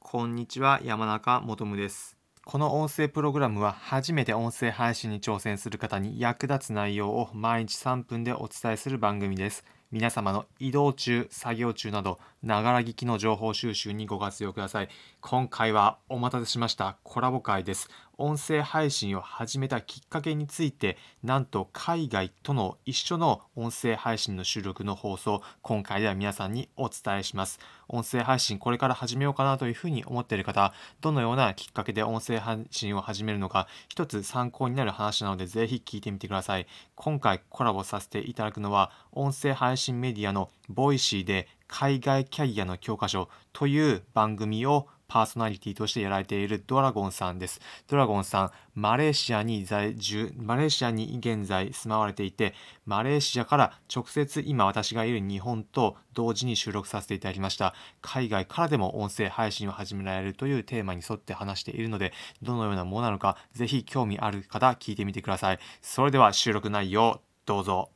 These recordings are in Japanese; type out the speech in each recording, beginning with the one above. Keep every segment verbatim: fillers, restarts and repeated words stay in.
こんにちは、山中もとむです。この音声プログラムは初めて音声配信に挑戦する方に役立つ内容を毎日さんぷんでお伝えする番組です。皆様の移動中、作業中など、ながら聞きの情報収集にご活用ください。今回はお待たせしましたコラボ会です。音声配信を始めたきっかけについて、なんと海外との一緒の音声配信の収録の放送、今回では皆さんにお伝えします。音声配信これから始めようかなというふうに思っている方、どのようなきっかけで音声配信を始めるのか、一つ参考になる話なので、ぜひ聞いてみてください。今回コラボさせていただくのは、音声配信メディアのボイシーで海外キャリアの教科書という番組をパーソナリティとしてやられているドラゴンさんです。ドラゴンさん、マレーシアに在住、マレーシアに現在住まわれていて、マレーシアから直接今私がいる日本と同時に収録させていただきました。海外からでも音声配信を始められるというテーマに沿って話しているので、どのようなものなのか、ぜひ興味ある方聞いてみてください。それでは収録内容、どうぞ。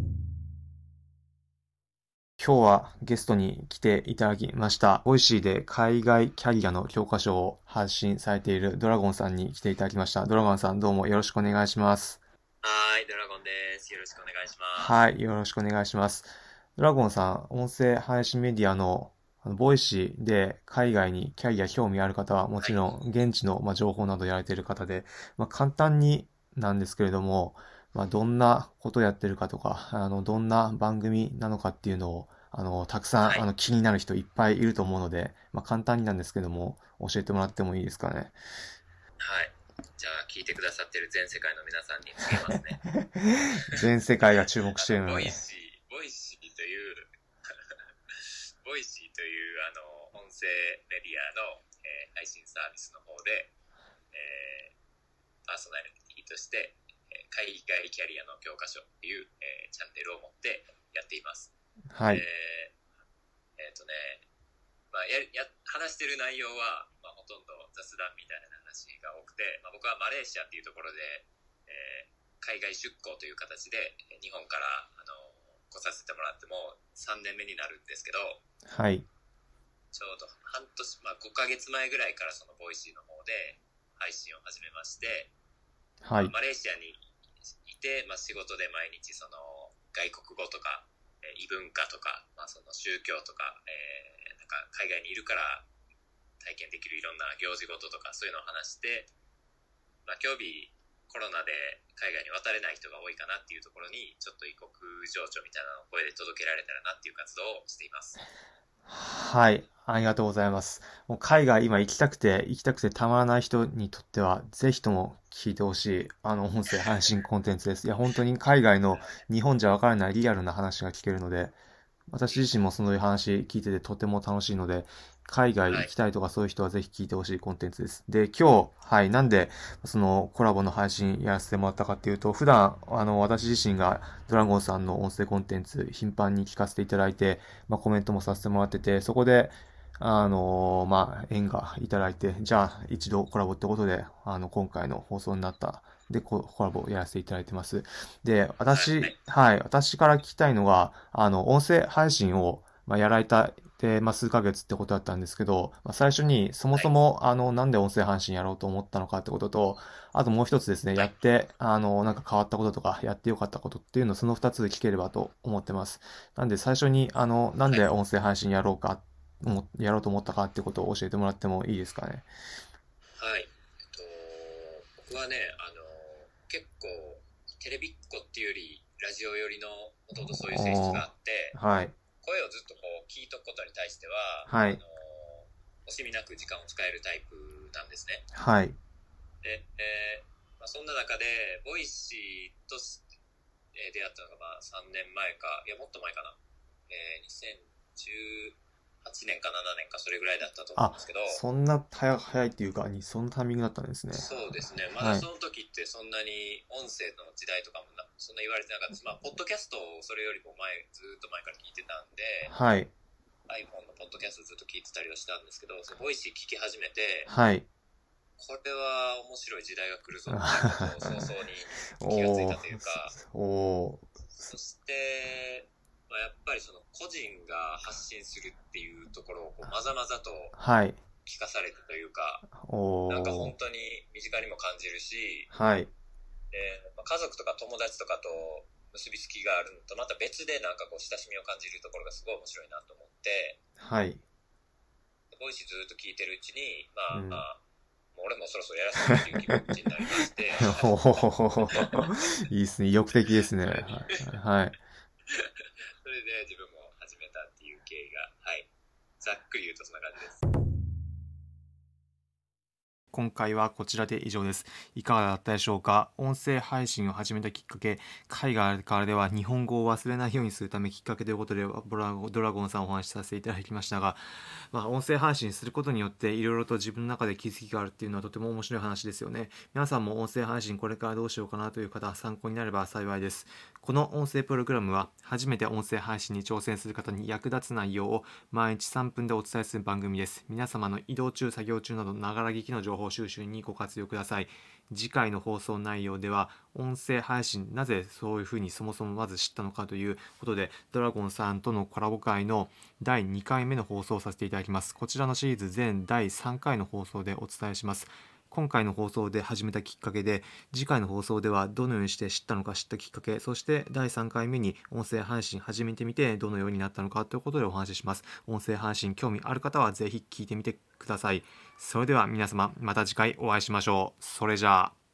今日はゲストに来ていただきました。ボイシーで海外キャリアの教科書を発信されているドラゴンさんに来ていただきました。ドラゴンさん、どうもよろしくお願いします。 はい、ドラゴンです。よろしくお願いします。 はい、よろしくお願いします。ドラゴンさん、音声配信メディアのあのボイシーで海外にキャリア興味ある方はもちろん現地の、まあ、情報などやられている方で、まあ、簡単になんですけれども、まあ、どんなことやってるかとか、あの、どんな番組なのかっていうのを、あの、たくさん、あはい、 の、気になる人いっぱいいると思うので、まあ、簡単になんですけども、教えてもらってもいいですかね。 はい。じゃあ、聞いてくださってる全世界の皆さんに告げますね。 全世界が注目あの、 しているので。 ボイシー、ボイシーというボイシーという、あの、音声メディアの、えー配信サービスの方で、えーパーソナリティとして、えー海外キャリアの教科書っていう、えーチャンネルを持ってやっています。 はい。 えーえーとね、まあ、やや話してる内容は、まあ、ほとんど雑談みたいな話が多くて、まあ、僕はマレーシアっていうところで、えー海外出向という形で日本からあの来させてもらってもさんねんめになるんですけど、 はい。 ちょうど半年、まあ、ごかげつまえぐらいからそのボイシーの方で配信を始めまして、 はい。 まあ、マレーシアにいて、まあ、仕事で毎日その外国語とかえー異文化とか、まあ、その宗教とか、えーなんか海外にいるから体験できるいろんな行事事とかそういうのを話して、まあ、今日日コロナで海外に渡れない人が多いかなっていうところにちょっと異国情緒みたいなのを声で届けられたらなっていう活動をしています。 はい。ありがとうございます。もう海外今行きたくて、行きたくてたまらない人にとっては、ぜひとも聞いてほしい、あの、音声配信コンテンツです。いや、本当に海外の日本じゃわからないリアルな話が聞けるので、私自身もそういう話聞いててとても楽しいので、海外はい行きたいとかそういう人はぜひ聞いてほしいコンテンツです。で、今日、はい、なんで、そのコラボの配信やらせてもらったかっていうと、普段、あの、私自身がドラゴンさんの音声コンテンツ頻繁に聞かせていただいて、まあコメントもさせてもらってて、そこで、あのまあ、縁がいただいて、じゃあ一度コラボってことで、あの、今回の放送になったで、ココラボをやらせていただいてます。で、私、 はい。 はい、私から聞きたいのが、あの、音声配信を、まあ、やられた、で、まあ、数ヶ月ってことだったんですけど、まあ、最初にそもはい。 そも、あの、なんで音声配信やろうと思ったのかってことと、あともう一つですね、 はい。 やって、あの、なんか変わったこととか、やってよかったことっていうのをその二つ聞ければと思ってます。なんで最初に、あの、なんはい。 で音声配信やろうか、もやろうと思ったかってことを教えてもらってもいいですかね。 はい。えっと、僕はね、あの、結構、テレビっ子っていうより、ラジオ寄りの、もともとそういう性質おー、 があって、 はい、 声をずっとこう聞いとくことに対しては、 はい、 あの、惜しみなく時間を使えるタイプなんですね。 はい、 で、えーまあ、そんな中で、ボイシーと、えー出会ったのがまあさんねんまえか、いやもっと前かな、えー、にせんじゅうはちねんかななねんかそれぐらいだったと思うんあ、 ですけど、 そんな早早いっていうか、に、そのタイミングだったんですね。 そうですね、まだはい。 その時ってそんなに音声の時代とかもなそんな言われてなかったし、まあ、ポッドキャストをそれよりも前、ずっと前から聞いてたんで、 はい。 iPhone のポッドキャストずっと聞いてたりはしたんですけど、そのボイシー聞き始めて、 はい。 これは面白い時代が来るぞっていうことを早々に気がついおー、 たというか、 おー、 そして、まあ、やっぱりその個人が発信するっていうところをこうまざまざとはい。 聞かされてというか、 おなんか本ー。 当に身近にも感じるし、 はい。 で、まあ家族とか友達とかと結びつきがあるのとまた別でなんかこう親しみを感じるところがすごい面白いなと思って、 はい。 ボイシーずっと聞いてるうちに、 うん。 まあ、もう俺もそろそろやらせてっていう気持ちになりまして、 おーいいですね。意欲的ですね。 それで、 はい。はい。 それで自分も始めたっていう経緯が、はい、ざっくり言うとそんな感じです。 今回はこちらで以上です。いかがだったでしょうか。音声配信を始めたきっかけ、海外からでは日本語を忘れないようにするためきっかけということで、ドラゴドラゴンさんお話しさせていただきましたが、まあ、音声配信することによっていろいろと自分の中で気づきがあるっていうのはとても面白い話ですよね。皆さんも音声配信これからどうしようかなという方、参考になれば幸いです。この音声プログラムは初めて音声配信に挑戦する方に役立つ内容を毎日さんぷんでお伝えする番組です。皆様の移動中、作業中などながら聞きの情報収集にご活用ください。次回の放送内容では音声配信なぜそういうふうにそもそもまず知ったのかということでドラゴンさんとのコラボ会のだいにかいめの放送をさせていただきます。こちらのシリーズ全だいさんかいの放送でお伝えします。今回の放送で始めたきっかけで、次回の放送ではどのようにして知ったのか知ったきっかけ、そしてだいさんかいめに音声配信始めてみてどのようになったのかということでお話しします。音声配信興味ある方はぜひ聞いてみてください。それでは皆様また次回お会いしましょう。それじゃあ。